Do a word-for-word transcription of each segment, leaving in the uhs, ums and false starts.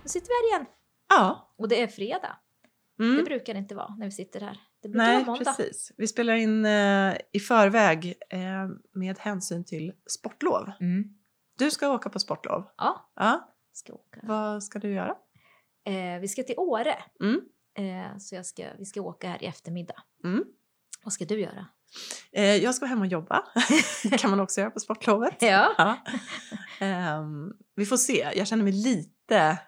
nu sitter vi här igen. Ja. Och det är fredag. Mm. Det brukar det inte vara när vi sitter här. Det brukar Nej, vara måndag. precis. Vi spelar in eh, i förväg eh, med hänsyn till sportlov. Mm. Du ska åka på sportlov. Ja, Ja. ska åka. Vad ska du göra? Eh, vi ska till Åre. Mm. Eh, så jag ska, vi ska åka här i eftermiddag. Mm. Vad ska du göra? Eh, jag ska hem och jobba. Kan man också göra på sportlovet. Ja. Ja. Eh, vi får se. Jag känner mig lite...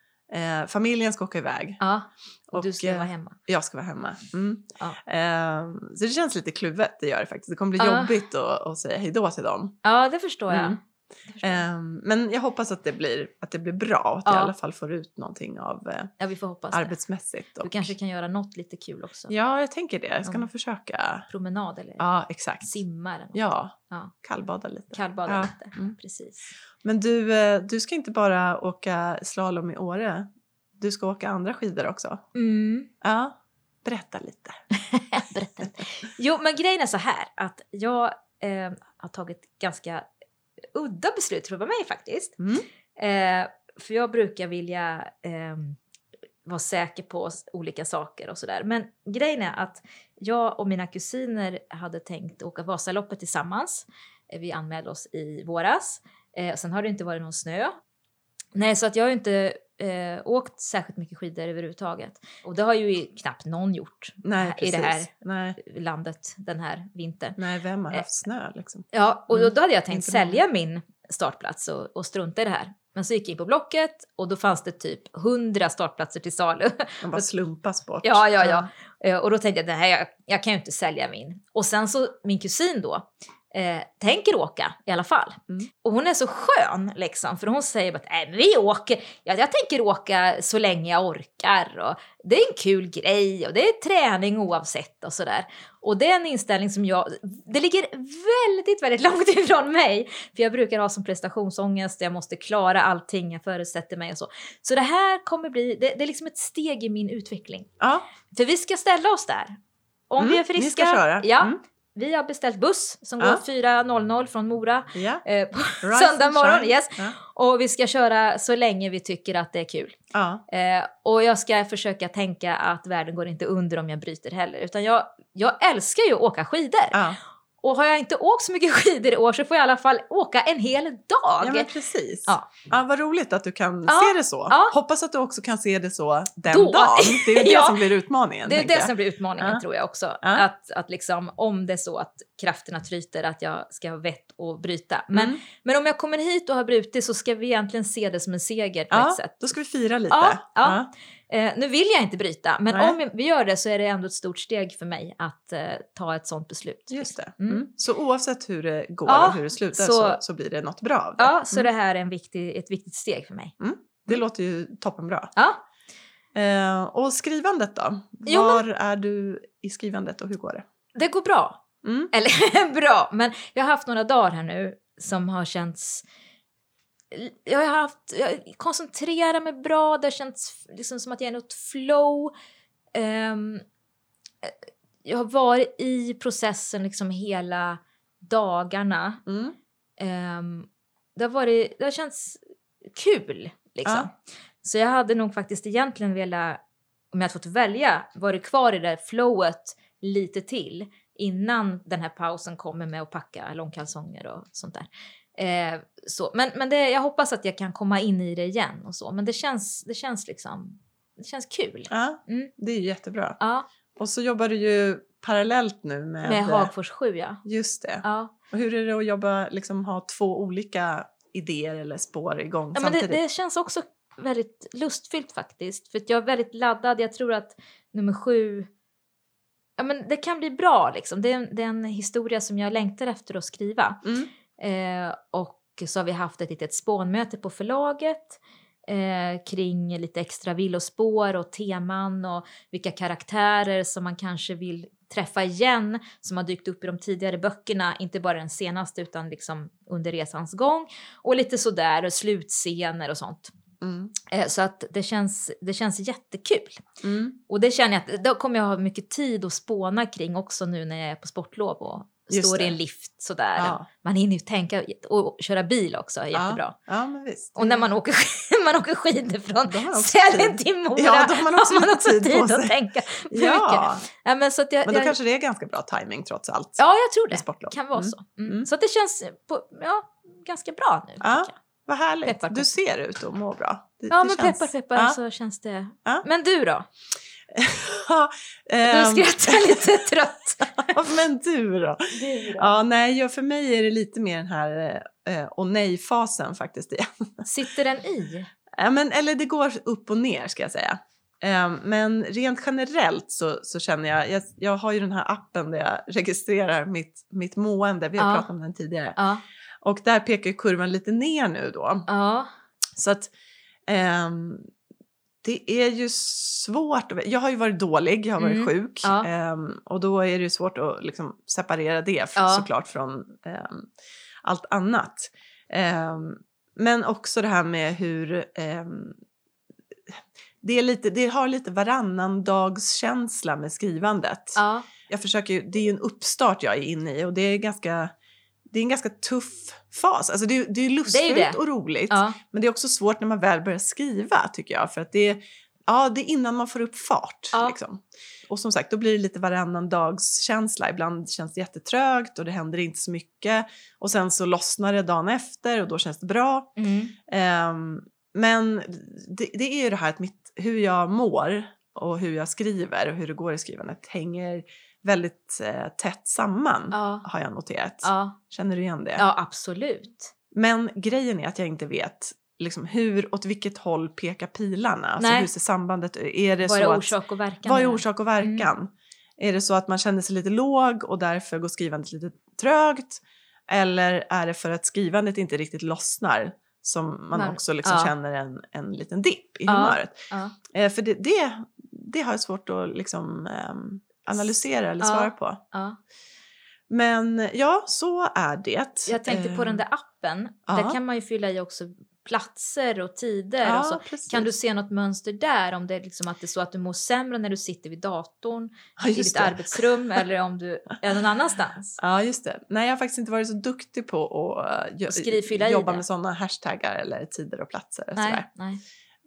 Eh, familjen ska åka iväg. Ja, och, Och du ska eh, vara hemma. Jag ska vara hemma. Mm. Ja. Eh, så det känns lite kluvet, det gör det faktiskt. Det kommer bli Ja. jobbigt att, att säga hejdå till dem. Ja, det förstår jag. Mm. Det förstår jag. Eh, men jag hoppas att det blir, att det blir bra. Och att Ja. jag i alla fall får ut någonting av eh, Ja, vi får hoppas det. arbetsmässigt. Och, Du kanske kan göra något lite kul också. Ja, jag tänker det. Jag ska Mm. nog försöka. Promenad eller Ja, exakt. simma eller något. Ja, Ja. kallbada lite. Kallbada Ja. lite. Mm. Precis. Men du, eh, du ska inte bara åka slalom i Åre. Du ska åka andra skidor också. Mm. Ja, berätta lite. Berätta. Jo, men grejen är så här att jag eh, har tagit ganska udda beslut för mig faktiskt. Mm. Eh, för jag brukar vilja eh, vara säker på olika saker och sådär. Men grejen är att jag och mina kusiner hade tänkt åka Vasaloppet tillsammans. Eh, vi anmälde oss i våras. Eh, sen har det inte varit någon snö. Nej, så att jag har inte eh, åkt särskilt mycket skidor överhuvudtaget. Och det har ju knappt någon gjort Nej, i precis. det här Nej. landet den här vintern. Nej, vem har Eh, haft snö liksom? Ja, och då, Mm. då hade jag tänkt Inte sälja min startplats och, och strunta i det här. Men så gick jag in på Blocket och då fanns det typ hundra startplatser till salu. Man bara slumpas bort. Ja, ja, ja. Eh, Och då tänkte jag, det här, jag, jag kan ju inte sälja min. Och sen så, min kusin då, eh, tänker åka i alla fall. Mm. Och hon är så skön liksom, för hon säger bara att äh, vi åker, jag, jag tänker åka så länge jag orkar. Och det är en kul grej och det är träning oavsett och sådär. Och det är en inställning som jag, det ligger väldigt, väldigt långt ifrån mig. För jag brukar ha som prestationsångest, jag måste klara allting, jag förutsätter mig och så. Så det här kommer bli, det, det är liksom ett steg i min utveckling. Ja. För vi ska ställa oss där. Om Mm, vi är ni friska. ska köra. Ja, Mm. vi har beställt buss som Ja. går fyra noll noll från Mora Ja. eh, på Rise söndag and morgon. shine. Yes. Ja. Och vi ska köra så länge vi tycker att det är kul. Ja. Eh, och jag ska försöka tänka att världen går inte under om jag bryter heller. Utan jag, jag älskar ju att åka skidor. Ja. Och har jag inte åkt så mycket skidor i år så får jag i alla fall åka en hel dag. Ja, men precis. Ja. Ja, vad roligt att du kan Ja. se det så. Ja. Hoppas att du också kan se det så den Då. dagen. Det är ju det Ja. som blir utmaningen. Det är tänker det jag. som blir utmaningen Ja. tror jag också. Ja. Att, att liksom, om det är så att krafterna tryter att jag ska ha vett och bryta. Men, Mm. men om jag kommer hit och har brutit så ska vi egentligen se det som en seger på Ja, ett sätt. då ska vi fira lite. Ja, ja. Eh, nu vill jag inte bryta, men Nej. om vi gör det så är det ändå ett stort steg för mig att eh, ta ett sånt beslut. Just det. Mm. Mm. Så oavsett hur det går Ja, och hur det slutar så- så, så blir det något bra av det. Ja, så Mm. det här är en viktig, ett viktigt steg för mig. Det låter ju toppenbra. Ja, Eh, och skrivandet då? Jo, Var är du i skrivandet och hur går det? det går bra. Mm. Eller bra, men jag har haft några dagar här nu som har känts... Jag har haft... Jag koncentrerar mig bra, det har känts liksom som att jag är i något flow. Ehm, jag har varit i processen liksom hela dagarna. Mm. Ehm, det har varit... Det har känts kul, liksom. Ja. Så jag hade nog faktiskt egentligen velat, om jag hade fått välja, varit kvar i det flowet lite till innan den här pausen kommer med att packa långkalsonger och sånt där. Eh, så. Men, men det, jag hoppas att jag kan komma in i det igen och så. Men det känns, det känns liksom, det känns kul. Ja, Mm. det är ju jättebra. Ja, Och så jobbar du ju parallellt nu med... med Hagfors sju, ja. Just det. Ja, Och hur är det att jobba, liksom ha två olika idéer eller spår igång ja men det, samtidigt? det känns också väldigt lustfyllt faktiskt. För att jag är väldigt laddad. Jag tror att nummer sju... Ja, men det kan bli bra liksom. Det är, en, det är en historia som jag längtar efter att skriva. Mm. Eh, och så har vi haft ett litet spånmöte på förlaget. Eh, kring lite extra villospår och teman. Och vilka karaktärer som man kanske vill träffa igen. Som har dykt upp i de tidigare böckerna. Inte bara den senaste utan liksom under resans gång. Och lite sådär och slutscener och sånt. Mm. Eh, så att det känns, det känns jättekul. Mm. Och det känner jag att då kommer jag ha mycket tid att spåna kring också nu när jag är på sportlov och, Just står det. i en lift sådär. Ja. Man hinner ju tänka och köra bil också, är jättebra. Ja, ja men visst. Och när man åker, man åker skidor från Då har man också Sälen tid. till Mora. Ja, då har man också har man lite tid på sig. att tänka Ja. mycket. Ja, men så att jag, Men då jag, kanske det är ganska bra timing trots allt. ja, jag tror med det. sportlov. Kan vara Mm. så. Mm. Mm. Så att det känns på, ja, ganska bra nu. Ja. tycker jag. Vad härligt. Peppar, peppar. Du ser ut att må bra. Det, Ja, det men känns... peppar peppar Ja. så känns det. Ja. Men du då? Du Ehm, skrattar lite trött. Men du då? Du då? Ja, nej, jag, för mig är det lite mer den här eh, och nej-fasen faktiskt igen. Sitter den i? Ja, men, eller det går upp och ner ska jag säga. Eh, men rent generellt så, så känner jag, jag, jag har ju den här appen där jag registrerar mitt, mitt mående. Vi har Ja. pratat om den tidigare. Ja. Och där pekar ju kurvan lite ner nu då. Ja. Så att ehm, det är ju svårt. att- Jag har ju varit dålig, jag har varit Mm. sjuk. Ja. Ehm, och då är det ju svårt att liksom separera det f- Ja. såklart från ehm, allt annat. Ehm, men också det här med hur ehm, det, är lite, det har lite varannandagskänsla med skrivandet. Ja. Jag försöker ju, det är ju en uppstart jag är inne i och det är ganska, det är en ganska tuff fas. Alltså det, det är lustfyllt Det är ju det. och roligt. Ja. Men det är också svårt när man väl börjar skriva tycker jag. För att det är, ja, det är innan man får upp fart. Ja. Liksom. Och som sagt, då blir det lite varannan dags känsla. Ibland känns det jättetrögt och det händer inte så mycket. Och sen så lossnar det dagen efter och då känns det bra. Mm. Ehm, men det, det är ju det här att mitt, hur jag mår och hur jag skriver och hur det går i skrivandet hänger väldigt eh, tätt samman, Ja. har jag noterat. Ja. Känner du igen det? Ja, absolut. Men grejen är att jag inte vet liksom, hur, åt vilket håll pekar pilarna? Alltså, Nej. hur ser sambandet ut? Är det Vad så är att, orsak och verkan? vad är här? orsak och verkan? Mm. Är det så att man känner sig lite låg och därför går skrivandet lite trögt? Eller är det för att skrivandet inte riktigt lossnar som man Man- också liksom ja. känner en, en liten dipp i Ja. humöret? Ja. Eh, för det, det, det har jag svårt att liksom, ehm, analysera eller Ja. svara på. Ja. Men ja, så är det. Jag tänkte på Eh, den där appen. ja. Där kan man ju fylla i också platser och tider. Ja, och så. precis. Kan du se något mönster där? Om det är liksom att det är så att du mår sämre när du sitter vid datorn Ja, i just ditt det. arbetsrum eller om du är någon annanstans. Ja, just det. Nej, jag har faktiskt inte varit så duktig på att uh, jo- Skriv, fylla i jobba det. med sådana hashtaggar eller tider och platser. Och Nej, sådär. nej.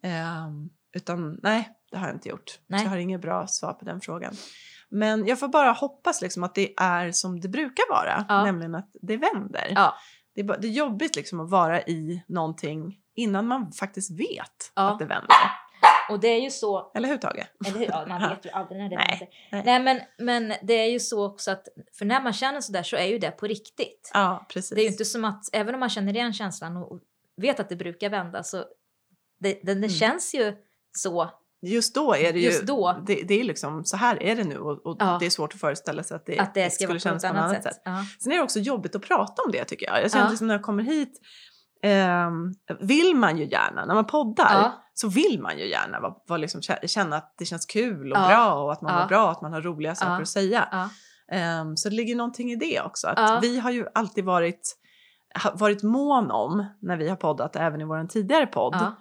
Ehm, utan nej, det har jag inte gjort. Nej. Så jag har inget bra svar på den frågan. Men jag får bara hoppas liksom att det är som det brukar vara. Ja. Nämligen att det vänder. Ja. Det, är bara, det är jobbigt liksom att vara i någonting innan man faktiskt vet Ja. att det vänder. Och det är ju så, Eller hur Tage? eller hur? Ja, man vet ju aldrig när det Nej, händer. nej. Nej, men, men det är ju så också att, för när man känner sådär så är ju det på riktigt. Ja, precis. Det är ju inte som att, även om man känner igen känslan och vet att det brukar vända, så det, det, det Mm. känns ju så. Just då är det ju, Just då. Det, det är liksom, så här är det nu och, och Ja. det är svårt att föreställa sig att det, Att det ska skulle vara på kännas ett annat sätt. Ja. Sen är det också jobbigt att prata om det tycker jag. Jag känner Ja. liksom när jag kommer hit, ehm, vill man ju gärna, när man poddar Ja. så vill man ju gärna vara, vara liksom, kä- känna att det känns kul och Ja. bra och att man Ja. mår bra, att man har roliga saker Ja. att säga. Ja. Ehm, så det ligger någonting i det också. Att Ja. vi har ju alltid varit, ha- varit mån om, när vi har poddat, även i vår tidigare podd, Ja.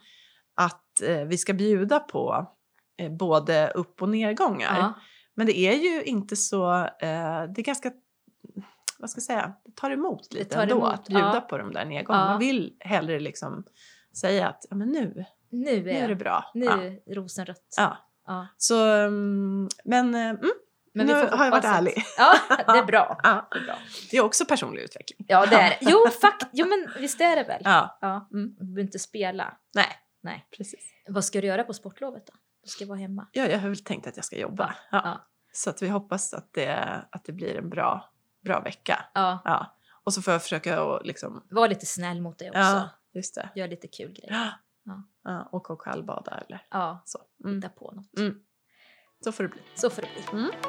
att eh, vi ska bjuda på eh, både upp- och nedgångar. Ja. Men det är ju inte så, eh, det är ganska, vad ska jag säga, det tar emot lite tar ändå emot, att bjuda ja. på de där nedgångarna. Ja. Man vill hellre liksom säga att ja, men nu, Nu är, nu är det bra. nu Ja. är rosenrött. Ja. Ja. Så, mm, men, eh, mm, Men nu vi får har jag varit hoppas att- ärlig. Ja, det är bra. Ja. Det är bra. Det är också personlig utveckling. Ja, det är det. Jo, fakt, jo, men visst är det väl? Ja, Ja. Mm. Du behöver inte spela. nej, Nej. precis. Vad ska du göra på sportlovet då? Du ska vara hemma. Ja, jag har väl tänkt att jag ska jobba. Ja. Ja. Så att vi hoppas att det, att det blir en bra, bra vecka. Ja. Ja. Och så får jag försöka att liksom, Var lite snäll mot dig också. ja, just det. Gör lite kul grejer. Ja. Ja. Ja, och och kallbada eller Ja, så. Mm. hitta på något. Mm. Så får det bli. Så får det bli. Mm.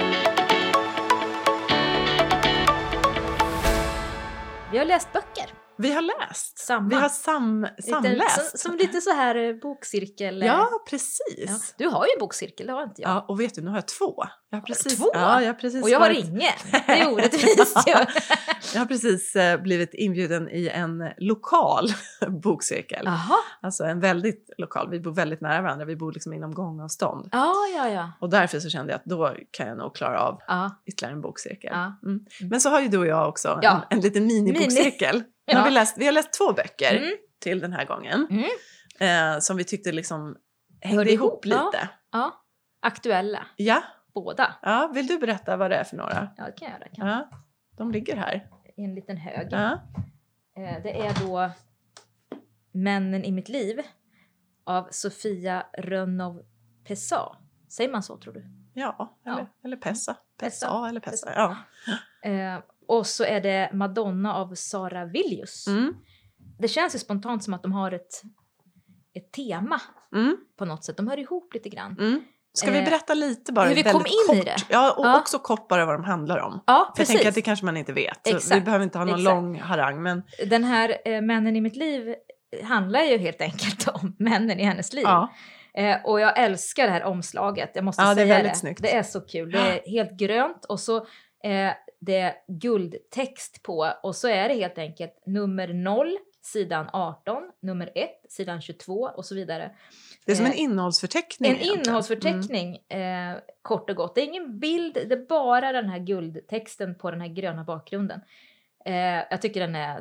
Vi har läst böcker. Vi har läst. Samma. Vi har sam, samläst. Lite, som, som lite så här eh, bokcirkel. eh. Ja, precis. Ja. Du har ju en bokcirkel, det har inte jag. Ja, och vet du, nu har jag två. Jag har precis, Två? Ja, jag har precis Och jag har varit- ingen. Det är orättvist ju. Jag har precis eh, blivit inbjuden i en lokal bokcirkel. Jaha. Alltså en väldigt lokal. Vi bor väldigt nära varandra. Vi bor liksom inom gångavstånd. Ja, ja, ja. Och därför så kände jag att då kan jag nog klara av Ja. ytterligare en bokcirkel. Ja. Mm. Men så har ju du och jag också Ja. en, en liten minibokcirkel. Mini. Nu har Ja. vi, läst, vi har läst två böcker Mm. till den här gången. Mm. Eh, som vi tyckte liksom hängde Hörde ihop, ihop, ja. lite. Ja. Aktuella. Ja. Båda. ja, vill du berätta vad det är för några? Ja, det kan jag göra. Kan. Ja, de ligger här. I en liten hög. Ja. Eh, Det är då Männen i mitt liv av Sofia Rönnow Pessah. Säger man så, tror du? Ja, eller, Ja. eller Pessa. Pessa Pessa. eller Pessa. Pessa. Ja. Eh, och så är det Madonna av Sara Villius. Mm. Det känns ju spontant som att de har ett, ett tema Mm. på något sätt. De hör ihop lite grann. Mm. Ska vi Eh, berätta lite bara? hur vi väldigt kom in i kort? det? Ja, och Ja. också kort bara vad de handlar om. Ja, För jag precis. tänker att det kanske man inte vet. Så Exakt. vi behöver inte ha någon Exakt. lång harang. Men Den här eh, Männen i mitt liv handlar ju helt enkelt om männen i hennes liv. ja, Eh, och jag älskar det här omslaget, jag måste Ja, det är säga väldigt det. snyggt. Det är så kul, det är helt grönt och så eh, det är guldtext på och så är det helt enkelt nummer noll, sidan arton, nummer ett, sidan tjugotvå och så vidare. det är som en Eh, innehållsförteckning. En egentligen. innehållsförteckning, eh, kort och gott. Det är ingen bild, det är bara den här guldtexten på den här gröna bakgrunden. Eh, jag tycker den är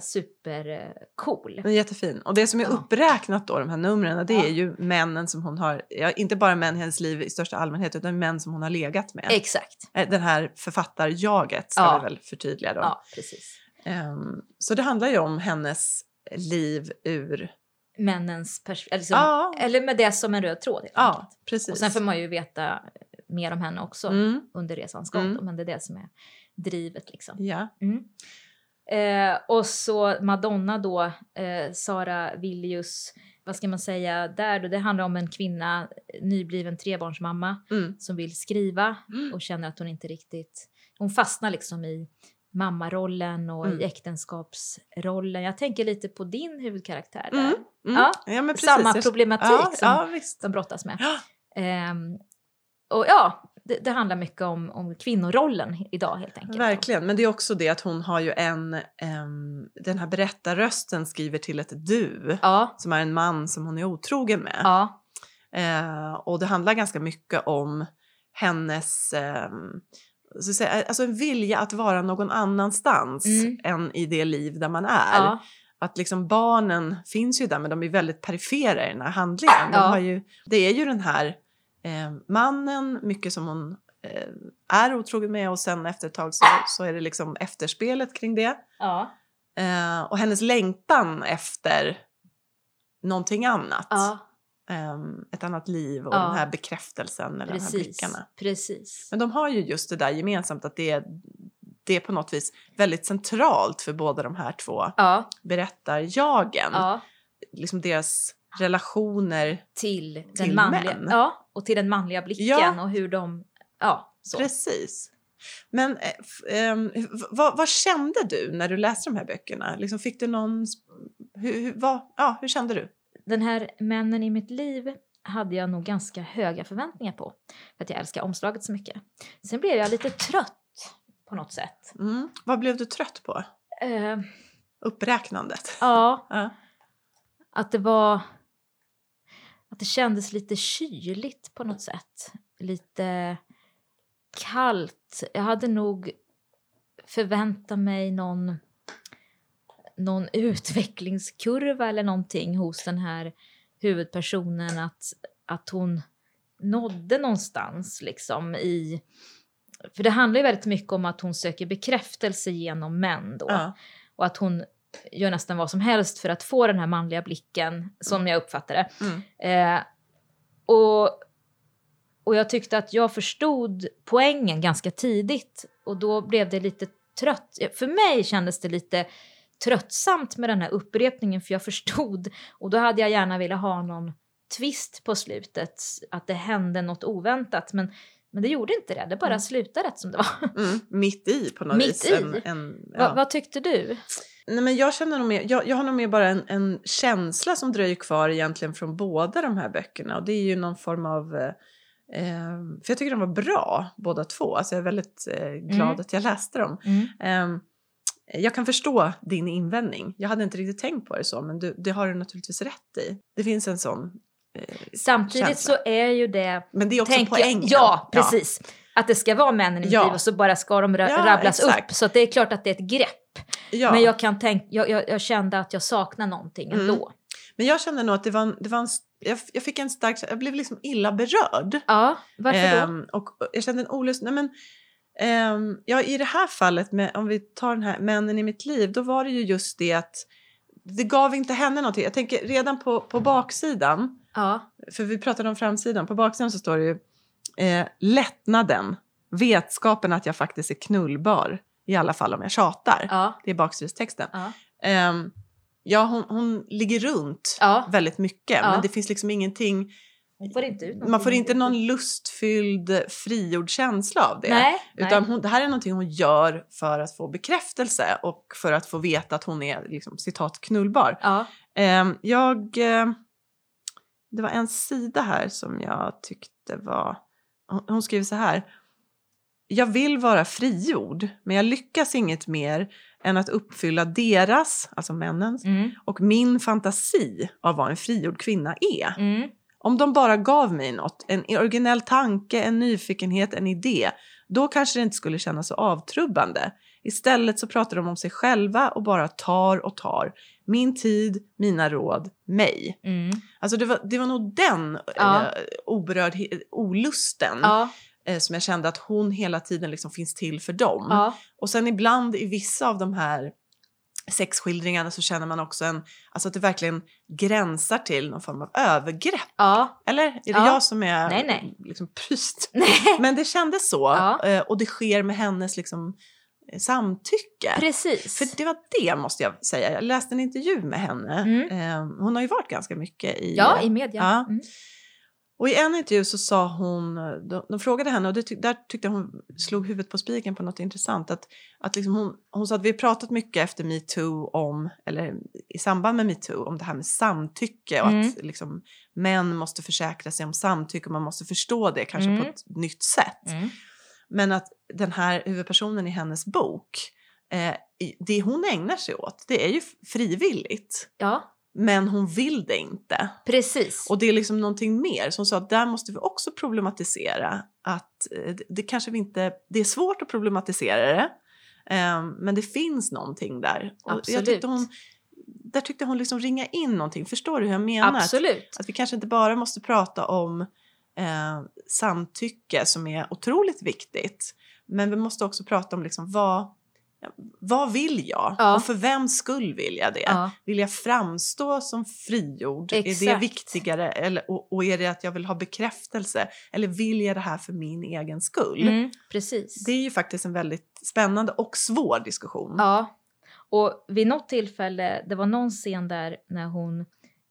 supercool. Den är jättefin. Och det som är Ja. uppräknat då, de här numren, det Ja. är ju männen som hon har, ja, inte bara män i hennes liv i största allmänhet, utan män som hon har legat med. Exakt. Eh, Den här författarjaget ska Ja. vi väl förtydliga då. Ja, precis. Ehm, så det handlar ju om hennes liv ur... Männens perspektiv, liksom, Ja. eller med det som en röd tråd. helt Ja, enkelt. precis. Och sen får man ju veta mer om henne också Mm, under resans gång. Mm. Men det är det som är drivet liksom. ja. Mm. Eh, och så Madonna då, eh, Sara Villius, vad ska man säga där då? Det handlar om en kvinna, nybliven trebarnsmamma Mm. som vill skriva Mm. och känner att hon inte riktigt, hon fastnar liksom i mammarollen och Mm. i äktenskapsrollen. Jag tänker lite på din huvudkaraktär där. Mm. Mm. Ja, Ja, men precis. Samma Jag- problematik Ja, som ja, visst. de brottas med. Ja. Ehm, och ja, det, det handlar mycket om, om kvinnorollen idag helt enkelt. Verkligen, men det är också det att hon har ju en, ehm, den här berättarrösten skriver till ett du, Ja, som är en man som hon är otrogen med. ja, Eh, och det handlar ganska mycket om hennes, ehm, så att säga, alltså en vilja att vara någon annanstans Mm. än i det liv där man är. ja, Att liksom barnen finns ju där, men de är väldigt perifera i den här handlingen. De Ja. har ju, det är ju den här eh, mannen, mycket som hon eh, är otrogen med, och sen efter ett tag så, så är det liksom efterspelet kring det. ja, Eh, och hennes längtan efter någonting annat. ja, Eh, ett annat liv och Ja. den här bekräftelsen eller de här precis, blickarna. precis. Men de har ju just det där gemensamt, att det är, det är på något vis väldigt centralt för båda de här två Ja, berättarjagen. ja, Liksom deras relationer. till den Till manliga, män. ja, och till den manliga blicken Ja. och hur de, ja, så. Precis. Men eh, f- ehm, v- vad, vad kände du när du läste de här böckerna? Liksom, fick du någon... sp- Hur, hur, vad, ja, hur kände du? Den här Männen i mitt liv hade jag nog ganska höga förväntningar på. För att jag älskar omslaget så mycket. Sen blev jag lite trött på något sätt. Mm. Vad blev du trött på? Eh, Uppräknandet? ja, Ja. att det var... Att det kändes lite kyligt på något sätt. Lite kallt. Jag hade nog förväntat mig någon, någon utvecklingskurva eller någonting hos den här huvudpersonen. Att, att hon nådde någonstans liksom i... För det handlar ju väldigt mycket om att hon söker bekräftelse genom män då. Ja. Och att hon gör nästan vad som helst för att få den här manliga blicken, som jag uppfattar det. Mm. Eh, och, och jag tyckte att jag förstod poängen ganska tidigt. Och då blev det lite trött. För mig kändes det lite tröttsamt med den här upprepningen, för jag förstod. Och då hade jag gärna velat ha någon twist på slutet. Att det hände något oväntat. Men, men det gjorde inte det. Det bara Mm. slutade rätt som det var. Mm. Mitt i på något Mitt vis. i? En, en, ja. Va, vad tyckte du? Nej, men jag känner nog mer, jag, jag har nog mer bara en, en känsla som dröjer kvar egentligen från båda de här böckerna. Och det är ju någon form av... Eh, för jag tycker de var bra, båda två. Alltså jag är väldigt eh, glad Mm. att jag läste dem. Mm. Eh, jag kan förstå din invändning. Jag hade inte riktigt tänkt på det så, men du, det har du naturligtvis rätt i. Det finns en sån eh, Samtidigt känsla. så är ju det... Men det är också tänker jag- poängen. Ja, precis. Att det ska vara männen i Ja. liv och så bara ska de ra- Ja, rabblas exakt. upp. Så att det är klart att det är ett grepp. Ja. Men jag, kan tänk, jag, jag, jag kände att jag saknar någonting Mm. ändå. Men jag kände nog att det var en, det var en jag, jag fick en stark, jag blev liksom illa berörd. Ja, varför då? Ehm, och jag kände en olust, nej men ehm, ja, i det här fallet med, om vi tar den här männen i mitt liv, då var det ju just det att det gav inte henne någonting. Jag tänker redan på, på baksidan, Ja, för vi pratade om framsidan, på baksidan så står det ju eh, lättnaden, vetskapen att jag faktiskt är knullbar, i alla fall om jag tjatar. ja, Det är baksidestexten. ja. Ehm, ja, hon, hon ligger runt Ja. väldigt mycket, Ja. men det finns liksom ingenting, Hon får inte ut man får inte någon lustfylld frigjord känsla av det. Nej, Utan nej. hon, det här är någonting hon gör för att få bekräftelse och för att få veta att hon är liksom, citat knullbar. Ja, Ehm, jag, eh, det var en sida här som jag tyckte var, hon, hon skriver så här: jag vill vara frigjord, men jag lyckas inget mer än att uppfylla deras, alltså männens, mm, och min fantasi av vad en frigjord kvinna är. mm, Om de bara gav mig något, en originell tanke, en nyfikenhet, en idé, då kanske det inte skulle kännas så avtrubbande. Istället så pratar de om sig själva och bara tar och tar. Min tid, mina råd, mig. mm. Alltså det var, det var nog den Ja. eh, oberörd, olusten Ja, eh, som jag kände att hon hela tiden liksom finns till för dem. ja, Och sen ibland i vissa av de här sexskildringarna så känner man också en, alltså att det verkligen gränsar till någon form av övergrepp. ja. Eller är det Ja. jag som är Nej, nej. liksom pryst? Nej. Men det kändes så. Ja. eh, Och det sker med hennes liksom eh, samtycke. Precis. För det var det, måste jag säga. Jag läste en intervju med henne. Mm. Eh, Hon har ju varit ganska mycket i... Ja, i media. Ja. Mm. Och i en intervju så sa hon, de, de frågade henne och det ty, där tyckte hon slog huvudet på spiken på något intressant. Att, att liksom hon, hon sa att vi har pratat mycket efter MeToo om, eller i samband med MeToo, om det här med samtycke och Mm. att liksom, män måste försäkra sig om samtycke och man måste förstå det kanske Mm. på ett nytt sätt. Mm. Men att den här huvudpersonen i hennes bok, eh, i- det hon ägnar sig åt, det är ju frivilligt. Ja, Men hon vill det inte. precis. Och det är liksom någonting mer som sa att där måste vi också problematisera att eh, det, det kanske vi inte, det är svårt att problematisera det, eh, men det finns någonting där. Och jag Absolut. tyckte hon, där tyckte hon liksom ringa in någonting, förstår du hur jag menar? Absolut. Att, att vi kanske inte bara måste prata om eh, samtycke som är otroligt viktigt, men vi måste också prata om liksom vad, vad vill jag? Ja. Och för vem skull vill jag det? Ja. Vill jag framstå som frigjord? Är det Exakt. viktigare? Eller, och, och är det att jag vill ha bekräftelse? Eller vill jag det här för min egen skull? Mm, precis. Det är ju faktiskt en väldigt spännande och svår diskussion. Ja, och vid något tillfälle, det var någon scen där när hon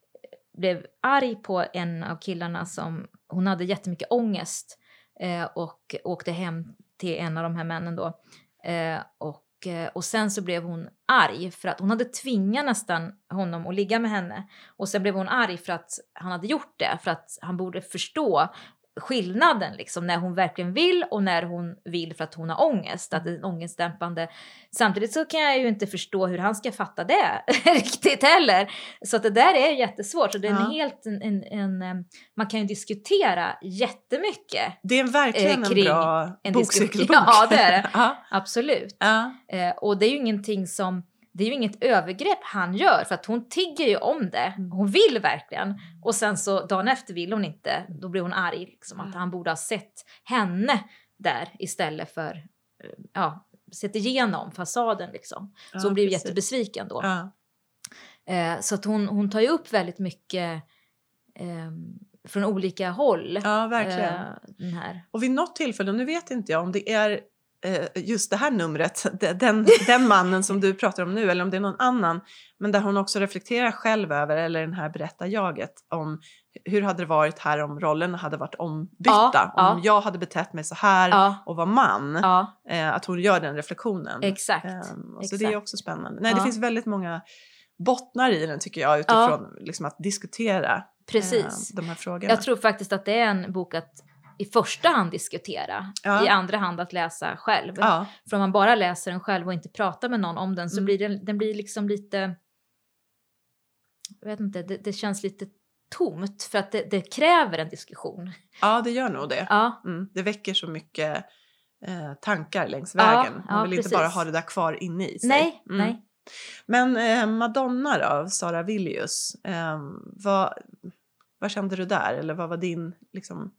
blev arg på en av killarna som, hon hade jättemycket ångest eh, och åkte hem till en av de här männen då. Eh, och, eh, och sen så blev hon arg för att hon hade tvingat nästan honom att ligga med henne. Och sen blev hon arg för att han hade gjort det, för att han borde förstå skillnaden liksom, när hon verkligen vill och när hon vill för att hon har ångest, att det är en ångestdämpande. Samtidigt så kan jag ju inte förstå hur han ska fatta det riktigt heller, så att det där är jättesvårt, så det är Ja. en helt en, en, en, em, man kan ju diskutera jättemycket, Det är verkligen Eh, en kring bra en bokcirkelbok. diskussion. Ja, det är det. ja. absolut. Ja. Eh, och det är ju ingenting som, det är ju inget övergrepp han gör, för att hon tigger ju om det. Hon vill verkligen. Och sen så dagen efter vill hon inte. Då blir hon arg liksom, att han borde ha sett henne där istället för, eh, ja, sett igenom fasaden liksom. Så Ja, hon blir ju precis. jättebesviken då. Ja. Eh, så att hon, hon tar ju upp väldigt mycket eh, från olika håll. ja, verkligen. eh, den här. Och vid något tillfälle, nu vet inte jag om det är eh, just det här numret, de- den, den mannen som du pratar om nu, eller om det är någon annan, men där hon också reflekterar själv över, eller den här berättarjaget, om hur hade det varit här om rollen hade varit ombytta? Ja, om ja. jag hade betett mig så här Ja. och var man. Ja, Eh, att hon gör den reflektionen. exakt. Eh, och så exakt. det är också spännande. Nej, Ja. det finns väldigt många bottnar i den tycker jag. Utifrån liksom, att diskutera Precis. eh, de här frågorna. Jag tror faktiskt att det är en bok att i första hand diskutera. Ja. I andra hand att läsa själv. Ja. För om man bara läser den själv och inte pratar med någon om den så Mm. blir den, den blir liksom lite... Jag vet inte, det, det känns lite tomt för att det, det kräver en diskussion. ja, det gör nog det. Ja, Mm, det väcker så mycket eh, tankar längs Ja, vägen. Man ja, vill precis. inte bara ha det där kvar inne i sig. nej, Mm. nej. Men eh, Madonna då, av Sara Villius. Eh, vad, vad kände du där? Eller vad var din liksom...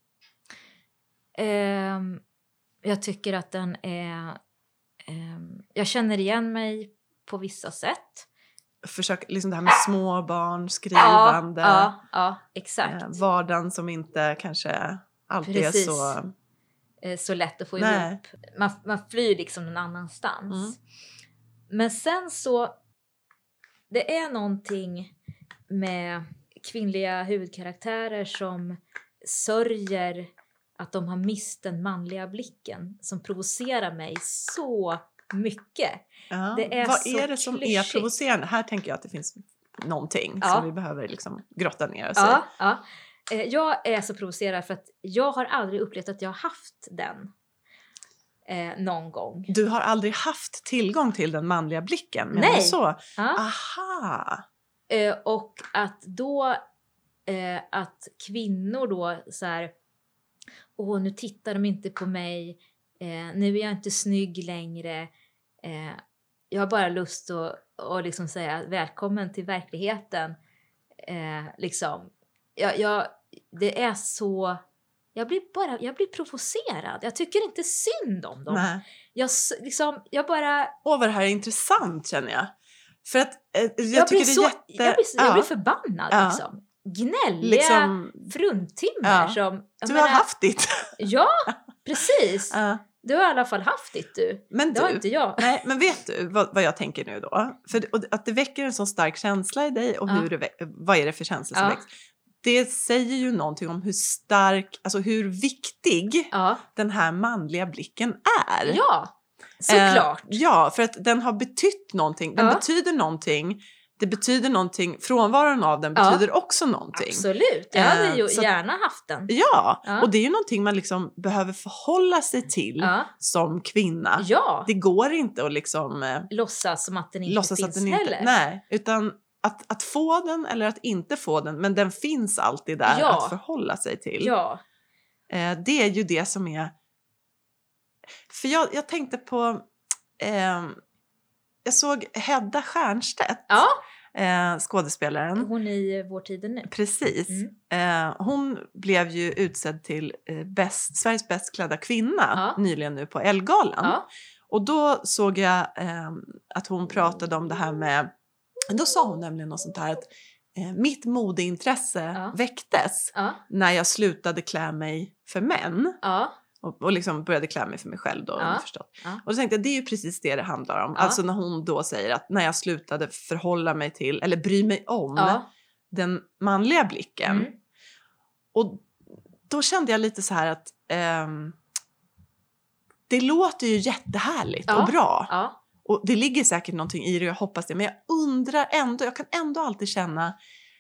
Ehm, jag tycker att den är... ehm, jag känner igen mig på vissa sätt. Försök, liksom det här med små barn, skrivande. Ja, ja, ja exakt. eh, vardagen som inte kanske alltid Precis. är så... Eh, så lätt att få Nej. ihop. Man, man flyr liksom någon annanstans. Mm. Men sen så... Det är någonting med kvinnliga huvudkaraktärer som sörjer att de har mist den manliga blicken. Som provocerar mig så mycket. Ja. Det är vad så är det som är klyschigt. provocerande? Här tänker jag att det finns någonting Ja. som vi behöver liksom grotta ner oss i. Ja, ja. Eh, Jag är så provocerad för att jag har aldrig upplevt att jag har haft den eh, någon gång. Du har aldrig haft tillgång till den manliga blicken, menar Nej. du så? Ja. Aha! Eh, och att då eh, att kvinnor då så här, åh nu tittar de inte på mig, eh, nu är jag inte snygg längre, eh, jag har bara lust att och liksom säga välkommen till verkligheten. Eh, liksom, jag, jag, det är så, jag blir bara, jag blir provocerad, jag tycker inte synd om dem. Nej. Jag, s- liksom, jag bara, Åh, vad det här är intressant känner jag. För att eh, jag, jag, tycker blir det är så, jätte... jag, blir, jag ja, blir förbannad Ja. liksom. Gnälliga liksom, fruntimmer Ja. som... jag du menar, har haft ditt. Ja, precis. Ja. Du har i alla fall haft ditt du. Men Det har du, inte jag. nej, men vet du vad, vad jag tänker nu då? För det- och att det väcker en så stark känsla i dig och Ja. hur det, vä- vad är det för känsla som Ja. väcks? Det säger ju någonting om hur stark, alltså hur viktig Ja, den här manliga blicken är. ja såklart. Eh, ja, för att den har betytt någonting. Den Ja. betyder någonting. Det betyder någonting. Frånvaron av den Ja. betyder också någonting. Absolut, jag hade Eh, ju så- gärna haft den. Ja. Ja. och det är ju någonting man liksom behöver förhålla sig till Ja, som kvinna. ja. Det går inte att liksom eh, Låtsas som att den inte låtsas finns att den inte... heller. Nej, utan att, att få den eller att inte få den, men den finns alltid där Ja. att förhålla sig till. Ja, Eh, det är ju det som är... För jag, jag tänkte på... Eh, jag såg Hedda Stiernstedt, ja. eh, skådespelaren. Hon i Vår tid är nu. Precis. Mm. Eh, hon blev ju utsedd till eh, bäst, Sveriges bäst klädda kvinna Ja. nyligen nu på Elle-galan. Ja, Och då såg jag eh, att hon pratade om det här med... Då sa hon nämligen något sånt här att eh, mitt modeintresse Ja. väcktes ja, när jag slutade klä mig för män. ja. Och, och liksom började klä mig för mig själv då. Ja. Förstått. Ja. Och då tänkte jag, det är ju precis det det handlar om. Ja. Alltså när hon då säger att när jag slutade förhålla mig till, eller bry mig om, Ja. den manliga blicken. Mm. Och då kände jag lite så här att ehm, det låter ju jättehärligt Ja. och bra. Ja, Och det ligger säkert någonting i det, jag hoppas det. Men jag undrar ändå, jag kan ändå alltid känna,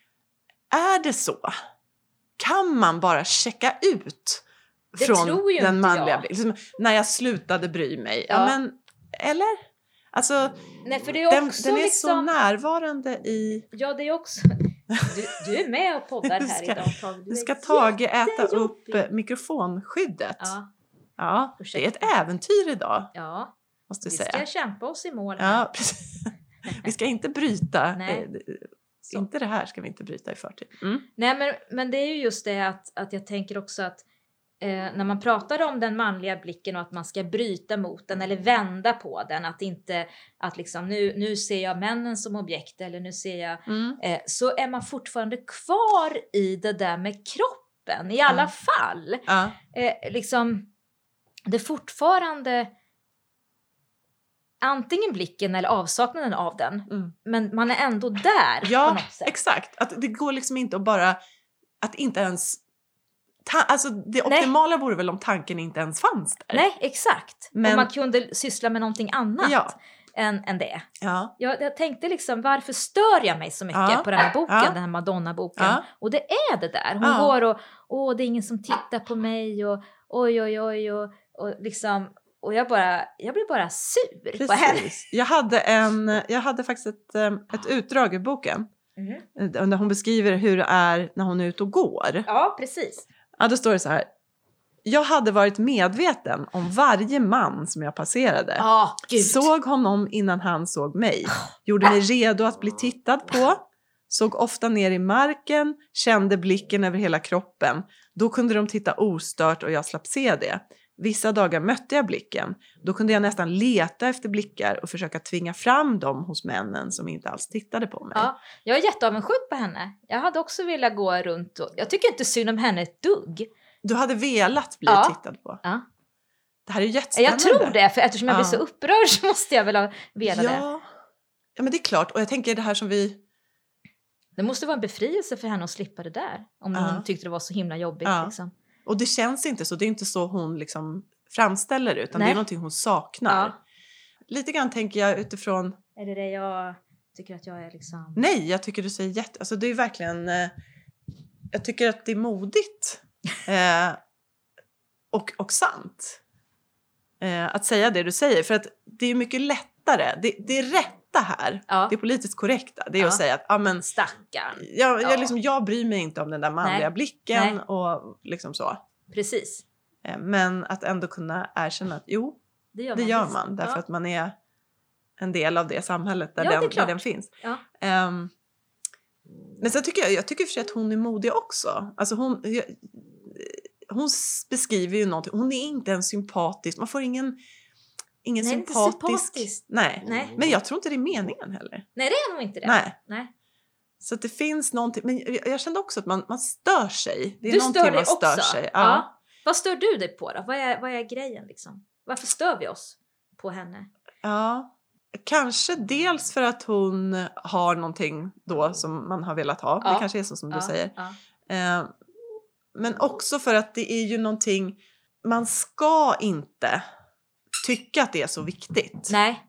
är det så? Kan man bara checka ut Det från tror ju den inte manliga jag. blicken? Liksom, när jag slutade bry mig. Ja, Ja. men, eller? Alltså, nej för det är den, också den är liksom... så närvarande i... Ja, det är också... Du, du är med och poddar Nu här ska- idag, Tage. Du Nu är ska Tage äta upp jättejobbig. eh, mikrofonskyddet. Ja, Ja, det är Ursäkta. ett äventyr idag, ja. måste Vi jag säga. ska kämpa oss i mål här. Ja, precis. Vi ska inte bryta. Nej. eh, Så. Inte det här ska vi inte bryta i förtid. Mm. Nej, men, men det är ju just det att, att jag tänker också att eh, när man pratar om den manliga blicken och att man ska bryta mot den eller vända på den, att inte att liksom nu, nu ser jag männen som objekt eller nu ser jag, Mm. eh, så är man fortfarande kvar i det där med kroppen i alla Ja. fall. Ja. Eh, liksom, det är fortfarande antingen blicken eller avsaknaden av den. Mm. Men man är ändå där på Ja, något sätt. exakt. Att det går liksom inte att bara... att inte ens... Ta, alltså det optimala vore väl om tanken inte ens fanns där. Nej, exakt. Men, om man kunde syssla med någonting annat ja. än, än det. Ja. Jag, jag tänkte liksom, varför stör jag mig så mycket Ja. på den här boken, Ja. den här Madonna-boken? Ja. Och det är det där. Hon Ja. går och, åh, det är ingen som tittar på mig och oj, oj, oj, och, och liksom... Och jag, bara, jag blir bara sur Precis. på henne. Jag hade, en, jag hade faktiskt ett, ett utdrag ur boken. Mm. Där hon beskriver hur det är när hon är ute och går. Ja, precis. Ja, då står det så här. Jag hade varit medveten om varje man som jag passerade. Ja, gud. Såg honom innan han såg mig. Gjorde mig redo att bli tittad på. Såg ofta ner i marken. Kände blicken över hela kroppen. Då kunde de titta ostört och jag slapp se det. Vissa dagar mötte jag blicken. Då kunde jag nästan leta efter blickar och försöka tvinga fram dem hos männen som inte alls tittade på mig. Ja, jag är jätteavundsjuk på henne. Jag hade också velat gå runt och... Jag tycker inte synd om henne ett dugg. Du hade velat bli Ja. tittad på. Ja. Det här är ju jättespännande. Jag tror det, för eftersom jag Ja. blir så upprörd så måste jag väl ha velat ja. det. Ja, men det är klart. Och jag tänker det här som vi... Det måste vara en befrielse för henne att slippa det där. Om Ja. hon tyckte det var så himla jobbigt. Ja. Liksom. Och det känns inte så. Det är inte så hon liksom framställer det. Utan Nej. det är någonting hon saknar. Ja. Lite grann tänker jag utifrån... Är det det jag tycker att jag är liksom... Nej, jag tycker du säger jätte... Alltså det är verkligen... Eh, jag tycker att det är modigt. Eh, och, och sant. Eh, att säga det du säger. För att det är mycket lättare. Det, det är rätta här. Ja. Det är politiskt korrekta. Det är Ja. att säga att... Ah, men, Stackarn. jag, Ja. jag, liksom, jag bryr mig inte om den där manliga Nej. blicken. Nej. Och liksom så. Precis. Eh, men att ändå kunna erkänna att jo, Det gör det man. gör visst. man. Därför Ja. att man är en del av det samhället där, Ja, det är den, där klart. den finns. Ja. Ehm, men sen tycker jag, jag tycker för sig att hon är modig också. Alltså hon, jag, hon s- beskriver ju någonting. Hon är inte en sympatisk, man får ingen, ingen Nej, det är inte sympatisk. sympatiskt. Nej. Nej. Men jag tror inte det är meningen heller. Nej, det är nog inte det. Nej. Nej. Så att det finns någonting, men jag, jag kände också att man, man stör sig. Det är Du någonting stör dig man stör också. sig. Ja. Ja. Vad stör du dig på då? Vad är, vad är grejen liksom? Varför stör vi oss på henne? Ja, kanske dels för att hon har någonting då som man har velat ha. Ja. Det kanske är så som ja. du säger. Ja. Eh, men också för att det är ju någonting, man ska inte tycka att det är så viktigt. Nej.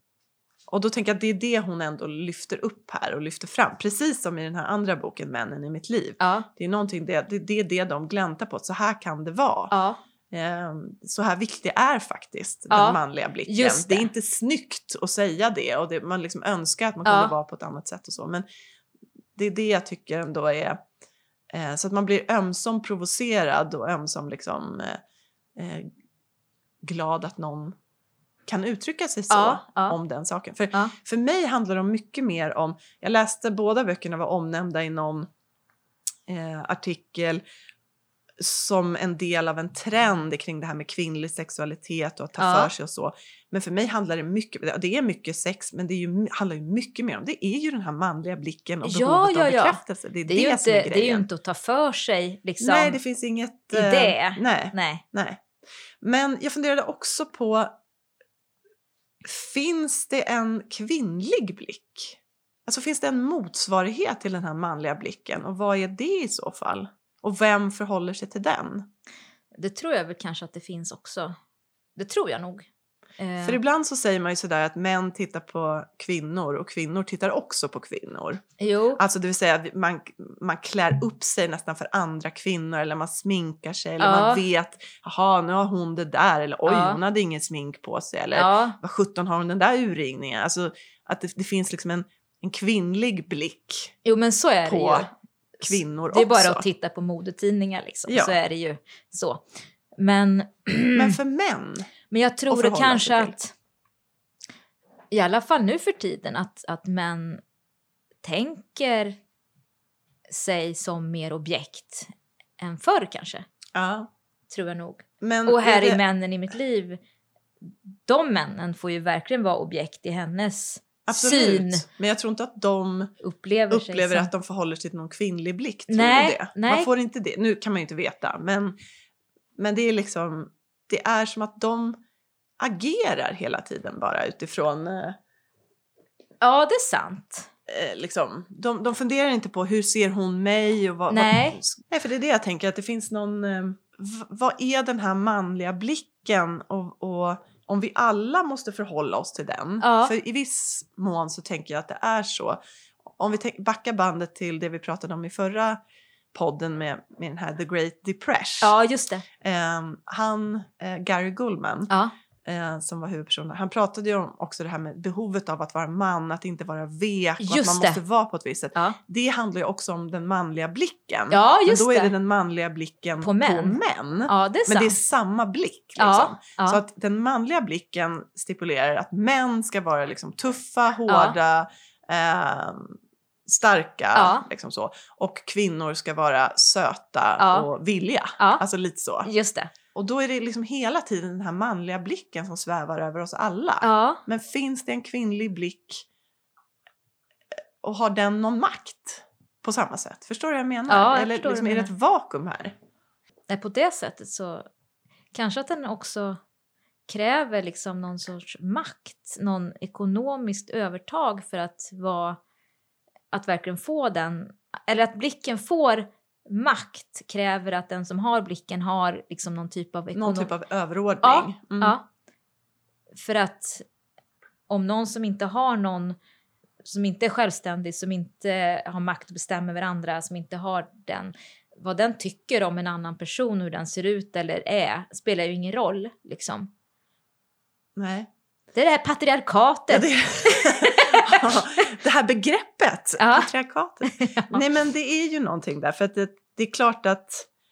Och då tänker jag att det är det hon ändå lyfter upp här och lyfter fram. Precis som i den här andra boken, Männen i mitt liv. Ja. Det är någonting, det, det, det är det de gläntar på. Så här kan det vara. Ja. Eh, så här viktig är faktiskt Ja, den manliga blicken. just det. det. är inte snyggt att säga det och det, man liksom önskar att man Ja. kunde vara på ett annat sätt och så. Men det är det jag tycker ändå är eh, så att man blir ömsom provocerad och ömsom liksom eh, eh, glad att någon kan uttrycka sig så Ja, ja. om den saken. För, Ja. för mig handlar det om mycket mer om, jag läste båda böckerna var omnämnda i någon eh, artikel som en del av en trend kring det här med kvinnlig sexualitet och att ta Ja. för sig och så. Men för mig handlar det mycket, det är mycket sex, men det är ju, handlar ju mycket mer om, det är ju den här manliga blicken och Ja, behovet ja, av ja. bekräftelse. Det är Det det, är, ju som inte, är det är ju grejen. inte att ta för sig liksom. Nej, det finns inget... i eh, det. Nej, Nej. nej. Men jag funderade också på, finns det en kvinnlig blick? Alltså finns det en motsvarighet till den här manliga blicken? Och vad är det i så fall? Och vem förhåller sig till den? Det tror jag väl kanske att det finns också. Det tror jag nog. Eh, För ibland så säger man ju sådär att män tittar på kvinnor och kvinnor tittar också på kvinnor. Jo. Alltså det vill säga att man, man klär upp sig nästan för andra kvinnor eller man sminkar sig eller Ja. man vet, jaha nu har hon det där eller oj Ja. hon hade ingen smink på sig eller Ja. vad sjutton har hon den där urringningen. Alltså att det, det finns liksom en, en kvinnlig blick Jo, men så är på det ju. kvinnor Det är också. bara att titta på modetidningar liksom. Ja. Så är det ju så. Men, Men för män, men jag Och tror det förhålla kanske sig till. att i alla fall nu för tiden att, att män tänker sig som mer objekt än förr kanske. ja. Tror jag nog. Men Och här är det, i Männen i mitt liv, de männen får ju verkligen vara objekt i hennes absolut. syn. Men jag tror inte att de Upplever, sig upplever som... att de förhåller sig till någon kvinnlig blick. Tror Nej, du det? nej. Man får inte det. Nu kan man ju inte veta. Men, men det är liksom, det är som att de agerar hela tiden bara utifrån... Eh, Ja, det är sant. eh, liksom, de, de funderar inte på hur ser hon mig och vad, Nej. vad, nej, för det är det jag tänker, att det finns någon, eh, v- vad är den här manliga blicken och, och om vi alla måste förhålla oss till den. Ja. För i viss mån så tänker jag att det är så. Om vi tänk, backar bandet till det vi pratade om i förra podden med, med den här The Great Depression. Ja, just det. Eh, han, eh, Gary Goldman, Ja, eh, som var huvudpersonen, han pratade ju om också det här med behovet av att vara man, att inte vara vek och Just att man det. måste vara på ett visst sätt. ja. Det handlar ju också om den manliga blicken. Ja, just Men då är det det. den manliga blicken På män. På män. Ja, det är sant. Men det är samma blick liksom. Ja, ja. Så att den manliga blicken stipulerar att män ska vara liksom tuffa, hårda, eh, starka, Ja. liksom så. Och kvinnor ska vara söta Ja. och villiga. Ja. Alltså lite så. Just det. Och då är det liksom hela tiden den här manliga blicken som svävar över oss alla. Ja. Men finns det en kvinnlig blick och har den någon makt på samma sätt? Förstår du vad jag menar? Ja, jag Eller förstår liksom, vad är du det ett menar. vakuum här? Nej, på det sättet så kanske att den också kräver liksom någon sorts makt, någon ekonomiskt övertag för att vara, att verkligen få den, eller att blicken får makt kräver att den som har blicken har liksom någon typ av ekonom... Någon typ av överordning. Ja, Mm. ja. För att om någon som inte har någon, som inte är självständig, som inte har makt att bestämma över andra, som inte har den, vad den tycker om en annan person, hur den ser ut eller är, spelar ju ingen roll liksom. Nej. Det är det här patriarkatet. Ja, det... det här begreppet, Ja. patriarkatet. Nej, men det är ju någonting där. För att det, det är klart att...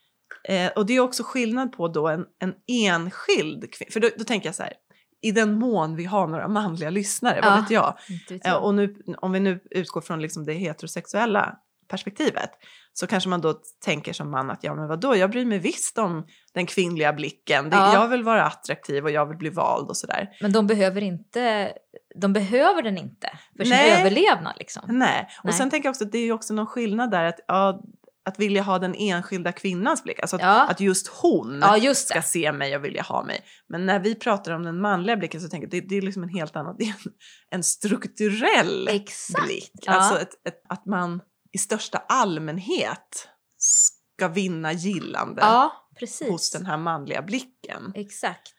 Eh, och det är också skillnad på då en, en enskild kvinna. För då, då tänker jag så här. I den mån vi har några manliga lyssnare, Ja. vad vet jag. Inte vet Eh, jag. och nu, om vi nu utgår från liksom det heterosexuella perspektivet. Så kanske man då tänker som man att ja men vadå, jag bryr mig visst om den kvinnliga blicken. Det, Ja. Jag vill vara attraktiv och jag vill bli vald och sådär. Men de behöver inte, de behöver den inte för sin Nej. överlevnad liksom. Nej, och Nej. sen tänker jag också att det är ju också någon skillnad där att, ja, att vilja ha den enskilda kvinnans blick. Alltså att, Ja. att just hon Ja, just ska det. se mig och vilja ha mig. Men när vi pratar om den manliga blicken så tänker jag att det, det är liksom en helt annan, det är en, en strukturell Exakt. blick. Ja. Alltså ett, ett, att man i största allmänhet ska vinna gillande Ja, precis. hos den här manliga blicken. Exakt.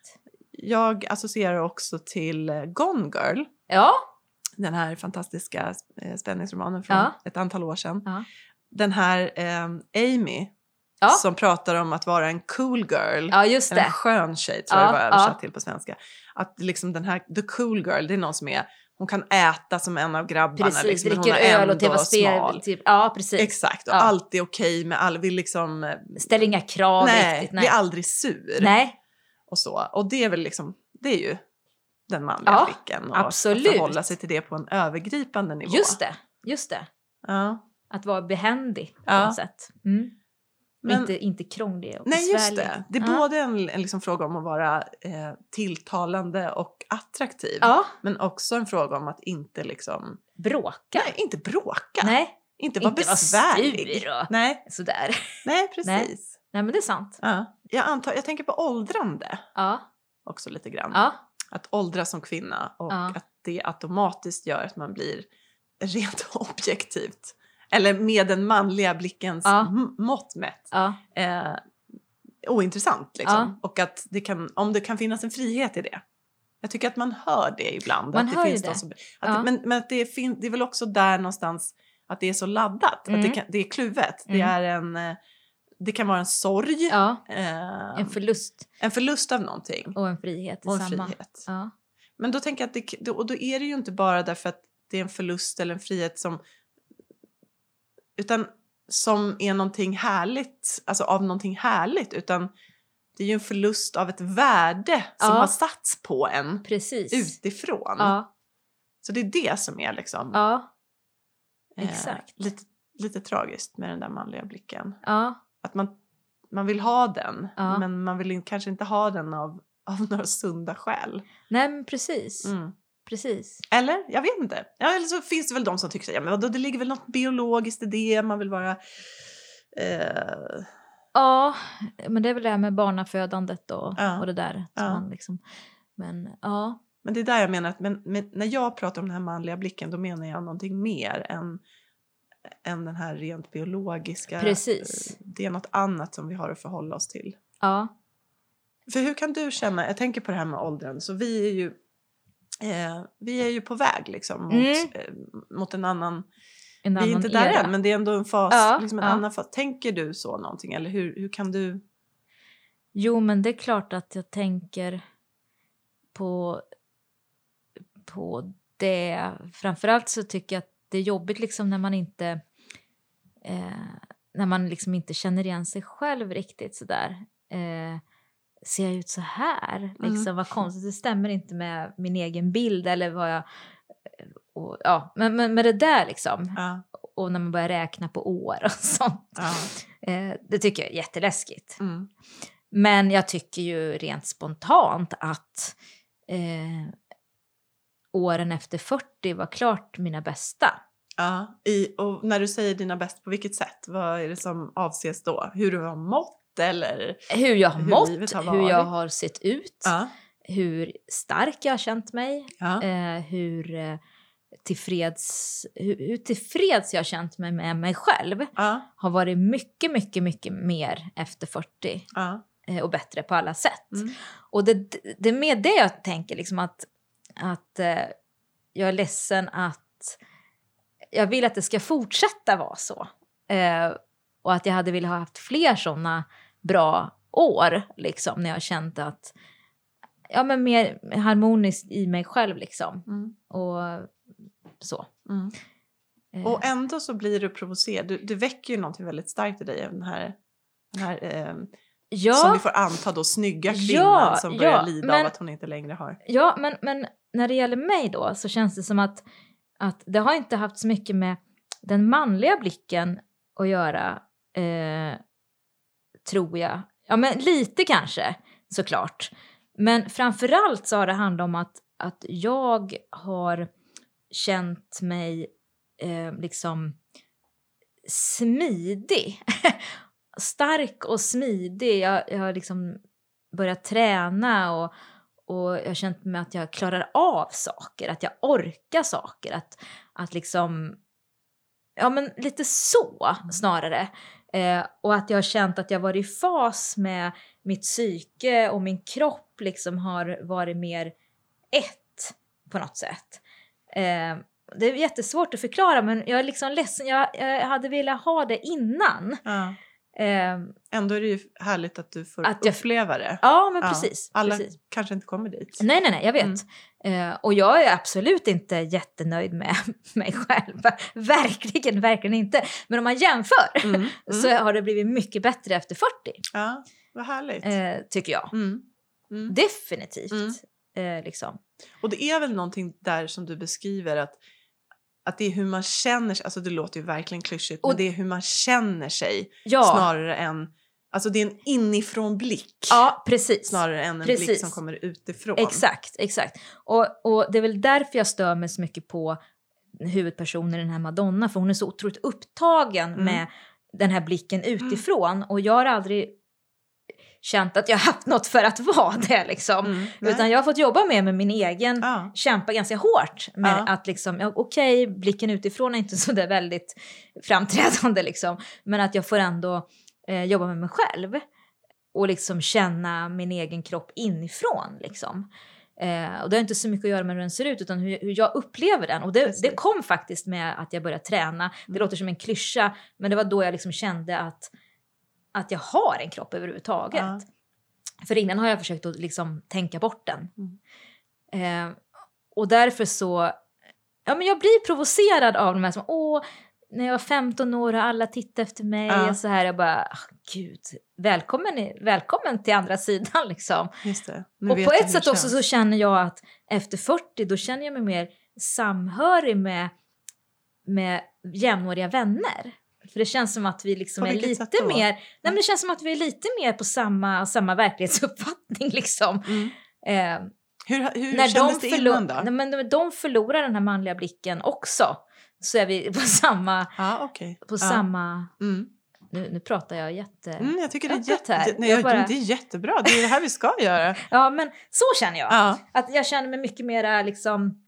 Jag associerar också till eh, Gone Girl. Ja, Den här fantastiska eh, spänningsromanen från Ja. ett antal år sedan. Ja. Den här eh, Amy Ja. som pratar om att vara en cool girl. ja just En det. skön tjej tror Ja, jag var översatt ja. till på svenska. Att liksom den här, the cool girl, det är någon som är, hon kan äta som en av grabbarna. Precis, liksom, men hon dricker är öl och ändå tv-spel. smal. Typ. Ja, precis. Exakt, och Ja. alltid okej med alla, vill liksom, eh, Ställ inga krav nej, riktigt. blir Nej. aldrig sur. Nej, Och så. Och det är väl liksom, det är ju den manliga Ja, blicken. Och absolut. att förhålla sig till det på en övergripande nivå. just det. Just det. Ja. Att vara behändig på Ja. något sätt. Mm. Men- inte, inte krånglig och Nej, just besvärlig. det. Det är Ja. både en, en liksom fråga om att vara eh, tilltalande och attraktiv. Ja, Men också en fråga om att inte liksom... bråka. Nej, inte bråka. Nej, Inte vara inte vara besvärlig. sur och- Nej, sådär. nej, precis. Nej, men det är sant. Ja. Jag, antar, jag tänker på åldrande Ja, också lite grann. ja, Att åldras som kvinna och Ja. att det automatiskt gör att man blir rent objektivt. Eller med den manliga blickens Ja. m- mått mätt. ja. Eh, ointressant liksom. Ja. Och att det kan, om det kan finnas en frihet i det. Jag tycker att man hör det ibland. Man att det hör ju finns det. någon som, att Ja. det, men men att det, fin, det är väl också där någonstans att det är så laddat. Mm. Att det, kan, det är kluvet. Det, Mm. är en, eh, det kan vara en sorg. ja. Eh, En förlust en förlust av någonting. och en frihet i Och en samma. frihet. Ja. Men då tänker jag att det, då, och då är det ju inte bara därför att det är en förlust eller en frihet som, utan som är någonting härligt, alltså av någonting härligt, utan det är ju en förlust av ett värde som Ja. har satts på en Precis. utifrån. Ja, Så det är det som är liksom ja, eh, exakt. lite, lite tragiskt med den där manliga blicken. ja, Att man, man vill ha den, Ja. men man vill in, kanske inte ha den av, av några sunda skäl. nej men precis. Mm. Precis. Eller? Jag vet inte. Ja, eller så finns det väl de som tycker så, ja, men vadå, det ligger väl något biologiskt i det. Man vill vara... Eh, Ja, men det är väl det här med barnafödandet och, Ja. och det där. Som Ja. man liksom, men ja, Men det är där jag menar att men, men när jag pratar om den här manliga blicken, då menar jag någonting mer än, än den här rent biologiska. Precis. Det är något annat som vi har att förhålla oss till. Ja. För hur kan du känna, jag tänker på det här med åldern, så vi är ju, eh, vi är ju på väg liksom mot, Mm. eh, mot en annan, En vi är annan inte där era. än, men det är ändå en fas, Ja, liksom en ja. annan fas. Tänker du så någonting, eller hur, hur kan du? Jo, men det är klart att jag tänker på, på det. Framförallt så tycker jag att det är jobbigt liksom när man inte eh, när man liksom inte känner igen sig själv riktigt sådär. Eh, ser jag ut så här? Liksom, Mm. vad konstigt, det stämmer inte med min egen bild eller vad jag... Och, ja, men, men med det där liksom. Ja, Och när man börjar räkna på år och sånt. ja. Eh, det tycker jag är jätteläskigt. Mm. Men jag tycker ju rent spontant att eh, åren efter fyrtio var klart mina bästa. Ja, i, och när du säger dina bäst, på vilket sätt? Vad är det som avses då? Hur du har mått eller? Hur jag har Hur mått, livet har hur jag varit. har sett ut, Ja, hur stark jag har känt mig, ja, eh, hur, eh, tillfreds, hur, hur tillfreds jag har känt mig med mig själv ja, har varit mycket, mycket, mycket mer efter fyrtio ja. eh, och bättre på alla sätt. Mm. Och det, det är med det jag tänker liksom att, att eh, jag är ledsen att jag vill att det ska fortsätta vara så. Eh, och att jag hade velat ha haft fler sådana bra år liksom, när jag kände att ja, men mer harmoniskt i mig själv liksom. Mm. Och så. Mm. Eh, Och ändå så blir du provocerad. Du, du väcker ju någonting väldigt starkt i dig. Den här, den här eh, ja, som vi får anta då, snygga kvinnan Ja, som börjar ja, lida men- av att hon inte längre har. ja men, men när det gäller mig då så känns det som att, att det har inte haft så mycket med den manliga blicken att göra, eh, tror jag. Ja, men lite kanske, såklart. Men framförallt så har det handlat om att, att jag har känt mig eh, liksom smidig. Stark och smidig. Jag, jag har liksom börjat träna och, och jag har känt mig att jag klarar av saker. Att jag orkar saker. Att, att liksom... Ja, men lite så snarare. Eh, och att jag har känt att jag varit i fas med mitt psyke och min kropp liksom har varit mer ett på något sätt. Eh, det är jättesvårt att förklara, men jag är liksom ledsen. Jag, jag hade velat ha det innan. Ja. Eh, Ändå är det ju härligt att du får Att jag- uppleva det. ja, men Ja. precis. Alla precis. kanske inte kommer dit. Nej, nej, nej, jag vet. Mm. Eh, och jag är absolut inte jättenöjd med mig själv. Verkligen, verkligen inte. Men om man jämför Mm. Mm. så har det blivit mycket bättre efter fyrtio. Ja, vad härligt. Eh, tycker jag. Mm. Mm. Definitivt. Mm. Eh, liksom. Och det är väl någonting där som du beskriver att, att det är hur man känner sig, alltså det låter ju verkligen klyschigt, Och- men det är hur man känner sig Ja, snarare än, alltså det är en inifrån blick ja, precis. snarare än en Precis. blick som kommer utifrån. Exakt, exakt. Och, och det är väl därför jag stör mig så mycket på huvudpersonen i den här Madonna. För hon är så otroligt upptagen Mm. med den här blicken utifrån. Och jag har aldrig känt att jag har haft något för att vara det liksom. Mm. Nej. Utan jag har fått jobba med, med min egen, Ja. kämpa ganska hårt med Ja. att liksom, ja, okej, blicken utifrån är inte så där väldigt framträdande liksom. Men att jag får ändå eh, jobba med mig själv. Och liksom känna min egen kropp inifrån liksom. Eh, och det har inte så mycket att göra med hur den ser ut, utan hur, hur jag upplever den. Och det, Precis. det kom faktiskt med att jag började träna. Det Mm. låter som en klyscha, men det var då jag liksom kände att, att jag har en kropp överhuvudtaget. Ja. För innan har jag försökt att liksom tänka bort den. Mm. Eh, och därför så... Ja, men jag blir provocerad av de här som... Åh, när jag var femton år och alla tittade efter mig. Ja. Och så här, jag bara... ah, Gud, välkommen, i- välkommen till andra sidan liksom. Just det. Nu Och vet på du ett hur sätt det också så känns. känner jag att efter fyrtio då känner jag mig mer samhörig med, med jämnåriga vänner. För det känns som att vi liksom På är vilket lite sätt då? mer... Nej, men det känns som att vi är lite mer på samma, samma verklighetsuppfattning liksom. Mm. Eh, Hur, hur när kändes de, det förlo- innan då? Nej, men när de förlorar den här manliga blicken också, så är vi på samma, Ja, okej. på Ja. samma Mm. Nu, nu pratar jag jätte... Mm, jag tycker det är, öppet jätte, här. nej, Jag jag, bara- det är jättebra. Det är det här vi ska göra. Ja, men så känner jag. Ja, Att jag känner mig mycket mer liksom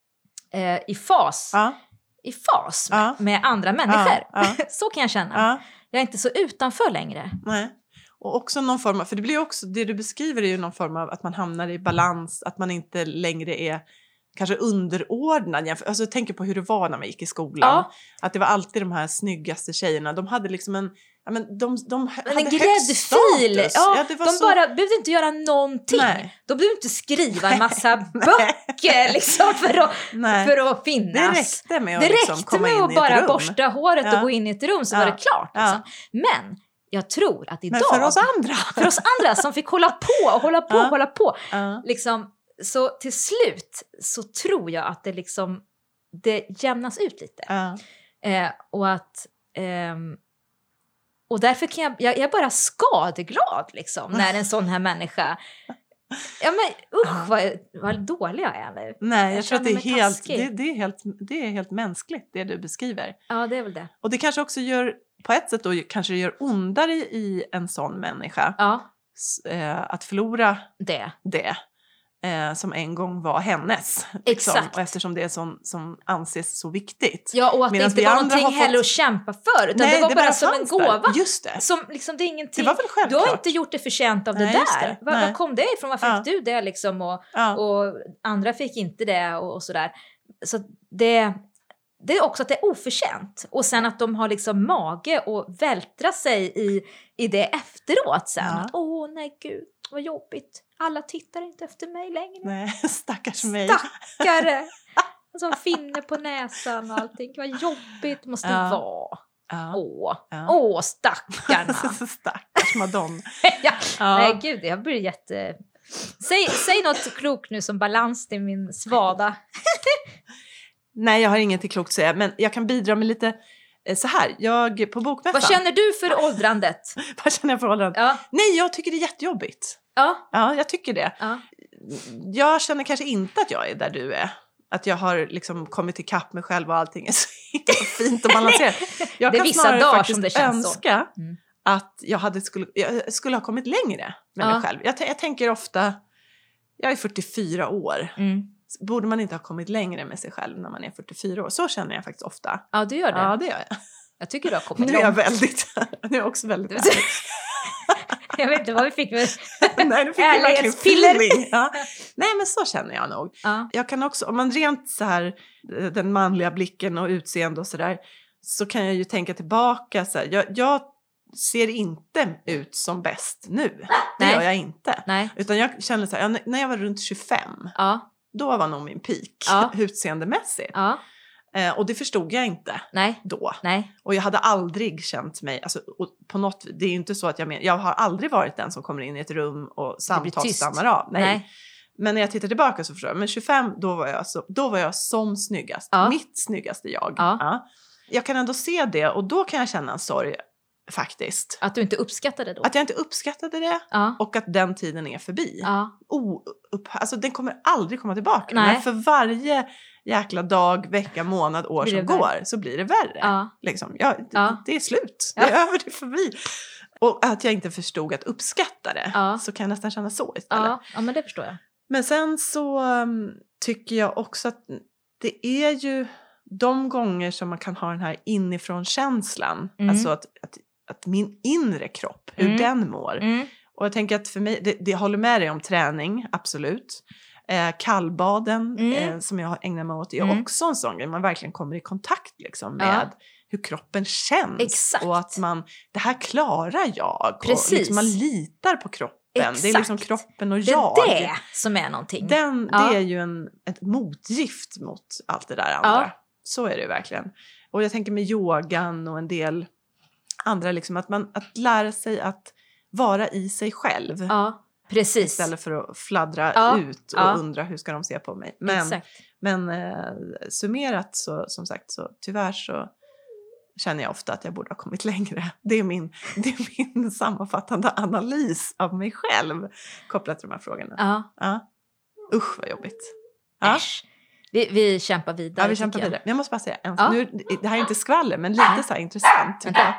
eh, i fas. ja, I fas med, Ja. med andra människor. Ja, Så kan jag känna. ja. Jag är inte så utanför längre. Nej. Och också någon form av, för det blir också, det du beskriver är ju någon form av att man hamnar i balans, att man inte längre är kanske underordnad. jämför- Alltså jag tänker på hur det var när man gick i skolan. Ja. Att det var alltid de här snyggaste tjejerna, de hade liksom en, ja men de, de Men hade en högst gräddfil. status. Ja, det var de så- bara behövde inte göra någonting. Nej. De behövde inte skriva en massa böcker liksom, för, att, Nej. för att finnas. Det räckte med att Det liksom räckte komma med in att i ett bara rum. borsta håret Ja. och gå in i ett rum så Ja. var det klart. Ja. Liksom. Men jag tror att idag, Men för oss andra. för oss andra som fick hålla på och hålla på och Ja. hålla på, Ja. liksom, så till slut så tror jag att det liksom det jämnas ut lite. Ja. Eh, och att ehm, och därför kan jag, jag, jag är bara skadeglad liksom när en sån här människa, ja men usch vad, vad dålig jag är nu. Nej, jag, Jag tror att det är, känner mig helt, taskig. det, det, är helt, det är helt mänskligt det du beskriver. Ja, det är väl det. Och det kanske också gör, på ett sätt då, kanske det gör ondare i en sån människa Ja, s- eh, att förlora det. det eh, som en gång var hennes. liksom. Exakt. Och eftersom det är sån, som anses så viktigt. Ja, och att Medan det inte vi var andra någonting har fått- heller att kämpa för, utan Nej, det var bara, som en fanns där. gåva. Just det. Som liksom, det är ingenting, Det var väl du självklart. har inte gjort det förtjänt av det Nej, just där. det. Var, Nej. var kom det ifrån? Varför Ja. fick du det liksom? Och, Ja. och andra fick inte det och, och sådär. Så det, det är också att det är oförtjänt. Och sen att de har liksom mage och vältra sig i, i det efteråt sen. Ja. Att, åh nej gud, vad jobbigt. Alla tittar inte efter mig längre. Nej, stackars mig. Stackare! Som finne på näsan och allting. Vad jobbigt måste det Ja. vara. Ja. Åh, Ja. åh stackarna. Stackars madonna. ja. Ja. Nej gud, jag blir jätte... Säg, säg något klokt nu som balans till min svada. Nej, jag har inget klokt att säga, men jag kan bidra med lite eh, så här. Jag på bokmässan. Vad känner du för åldrandet? Vad känner jag för åldern? Ja, Nej, jag tycker det är jättejobbigt. ja, Ja, jag tycker det. ja. Jag känner kanske inte att jag är där du är. Att jag har liksom kommit ikapp mig själv och allting är så himla fint och balanserat. Jag Det är kan vissa snarare dagar faktiskt som det känns så. önska Mm. att jag, hade, skulle, jag skulle ha kommit längre med Ja. mig själv. Jag, t- jag tänker ofta, jag är fyrtiofyra år. Mm. Borde man inte ha kommit längre med sig själv när man är fyrtiofyra år? Så känner jag faktiskt ofta. Ja, du gör det. Ja, det gör jag. Jag tycker du har kommit Nu är jag långt. väldigt, nu är jag också väldigt Du- Jag vet inte vad vi fick med... Nej, nu fick jag verkligen Ärlighetspiller. feeling. Ja. Nej, men så känner jag nog. Ja. Jag kan också, om man rent så här, den manliga blicken och utseende och sådär, så kan jag ju tänka tillbaka så här, jag, jag ser inte ut som bäst nu. Det Nej. gör jag inte. Nej. Utan jag känner så här, jag- när jag var runt tjugofem, Ja. då var nog min peak Ja. utseendemässigt. Ja. Eh, och det förstod jag inte Nej. då. Nej. Och jag hade aldrig känt mig, alltså, och på något, det är ju inte så att jag men, jag har aldrig varit den som kommer in i ett rum och samtal tyst. stannar av. Nej. Nej. Men när jag tittar tillbaka så förstår jag, men tjugofem då var jag, så, då var jag som snyggast, Ja. mitt snyggaste jag. Ja. Jag kan ändå se det och då kan jag känna en sorg faktiskt. Att du inte uppskattade det då. Att jag inte uppskattade det Ja. och att den tiden är förbi. Ja. O, upp, alltså den kommer aldrig komma tillbaka. Nej. Men för varje jäkla dag, vecka, månad, år Blir det som värre. går så blir det värre. Ja. Liksom. Ja, det, Ja. det är slut. Ja. Det är över, det är förbi. Och att jag inte förstod att uppskatta det. Ja. Så kan jag nästan känna så istället. Ja. Ja, men det förstår jag. Men sen så um, tycker jag också att det är ju de gånger som man kan ha den här inifrån-känslan. Mm. Alltså att, att, att min inre kropp, hur Mm. den mår. Mm. Och jag tänker att för mig, det, det håller med dig om träning, absolut. Eh, kallbaden Mm. eh, som jag ägnar mig åt är Mm. också en sån grej. Man verkligen kommer i kontakt liksom, Ja. med hur kroppen känns. Exakt. Och att man, det här klarar jag. Precis. Och liksom man litar på kroppen. Det är liksom Exakt. kroppen och Det jag. är det som är någonting. Den, Ja. Det är ju en, ett motgift mot allt det där andra. Ja. Så är det ju verkligen. Och jag tänker med yogan och en del andra, liksom, att, man, att lära sig att vara i sig själv. Ja, precis. Istället för att fladdra Ja. ut och Ja. undra hur ska de se på mig. Men, Exakt. men eh, summerat så, som sagt, så tyvärr så känner jag ofta att jag borde ha kommit längre. Det är min, det är min sammanfattande analys av mig själv kopplat till de här frågorna. Ja. Ja. Usch vad jobbigt. Ja. Äsch. Vi, vi kämpar vidare. Ja, vi kämpar tycker jag. vidare. Men jag måste bara säga, en, Ja. nu, det här är inte skvaller, men lite så här intressant. tycker Vänta. jag.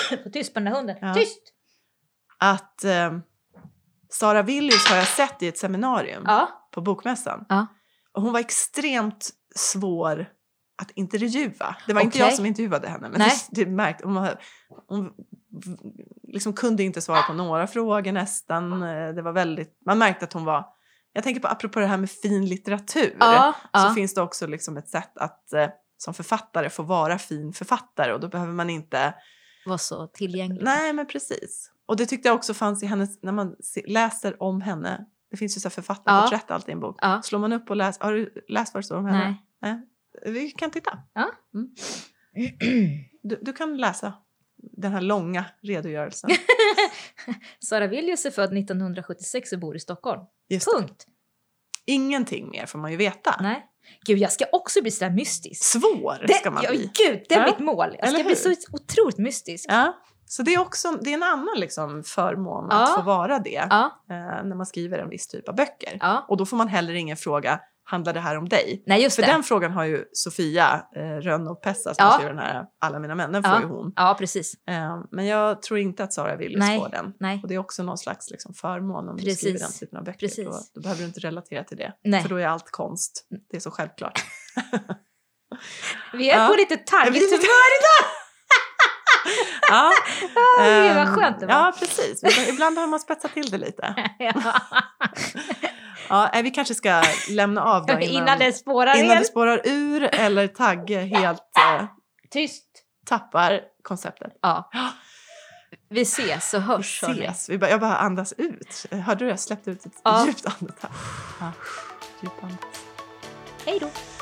Få tyst på den här hunden. Ja. Tyst! Att eh, Sara Villius har jag sett i ett seminarium Ja. på Bokmässan. Ja. Och hon var extremt svår att intervjua. Det var Okej. inte jag som intervjuade henne. Men Nej. det, det märkte, hon, var, hon liksom kunde inte svara på några frågor nästan. Det var väldigt, man märkte att hon var... Jag tänker på, apropå det här med fin litteratur. Ja, Så ja. finns det också liksom ett sätt att eh, som författare få vara fin författare. Och då behöver man inte... Var så tillgänglig. Nej, men precis. Och det tyckte jag också fanns i hennes... När man se, läser om henne. Det finns ju så här författarporträtt Ja. alltid i en bok. Ja. Slår man upp och läser... Har du läst vad det står om henne? Nej. Nej. Vi kan titta. Ja. Mm. Du, du kan läsa den här långa redogörelsen. Sara Villius är född nittonhundrasjuttiosex och bor i Stockholm. Just det. Punkt. Ingenting mer får man ju veta. Nej. Gud, jag ska också bli sådär mystisk. Svår Det, ska man ja, bli. gud, det är Ja. mitt mål. Jag Eller ska bli hur? så otroligt mystisk. Ja. Så det är också det är en annan liksom förmån Ja. att få vara det. Ja. Eh, när man skriver en viss typ av böcker. Ja. Och då får man heller ingen fråga, handlar det här om dig? Nej, just För det. den frågan har ju Sofia eh, Rönn-Pessa som Ja. skriver den här Alla mina män, den får Ja. ju hon. Ja, precis. Eh, men jag tror inte att Sara Villius Nej. får den. Nej. Och det är också någon slags liksom, förmån om Precis. du skriver den typen av böcker. Precis. Då, då behöver du inte relatera till det. Nej. För då är allt konst. Det är så självklart. Vi är Ja. på lite taggigt Vi- humör idag. Ja, Gud, vad ehm, skönt det var. Ja, precis. Ibland- Ibland behöver man spetsa till det lite. Ja. Ja, eh, vi kanske ska lämna av då innan, Innan det spårar innan igen. det spårar ur eller Tagge helt eh, Tyst. tappar konceptet. Ja. Vi ses och hörs. hörni. Ses. Vi bara, jag bara andas ut. Hörde du? Jag släppte ut ett Ja. djupt andetag. Ja, djupt andas. Hej då.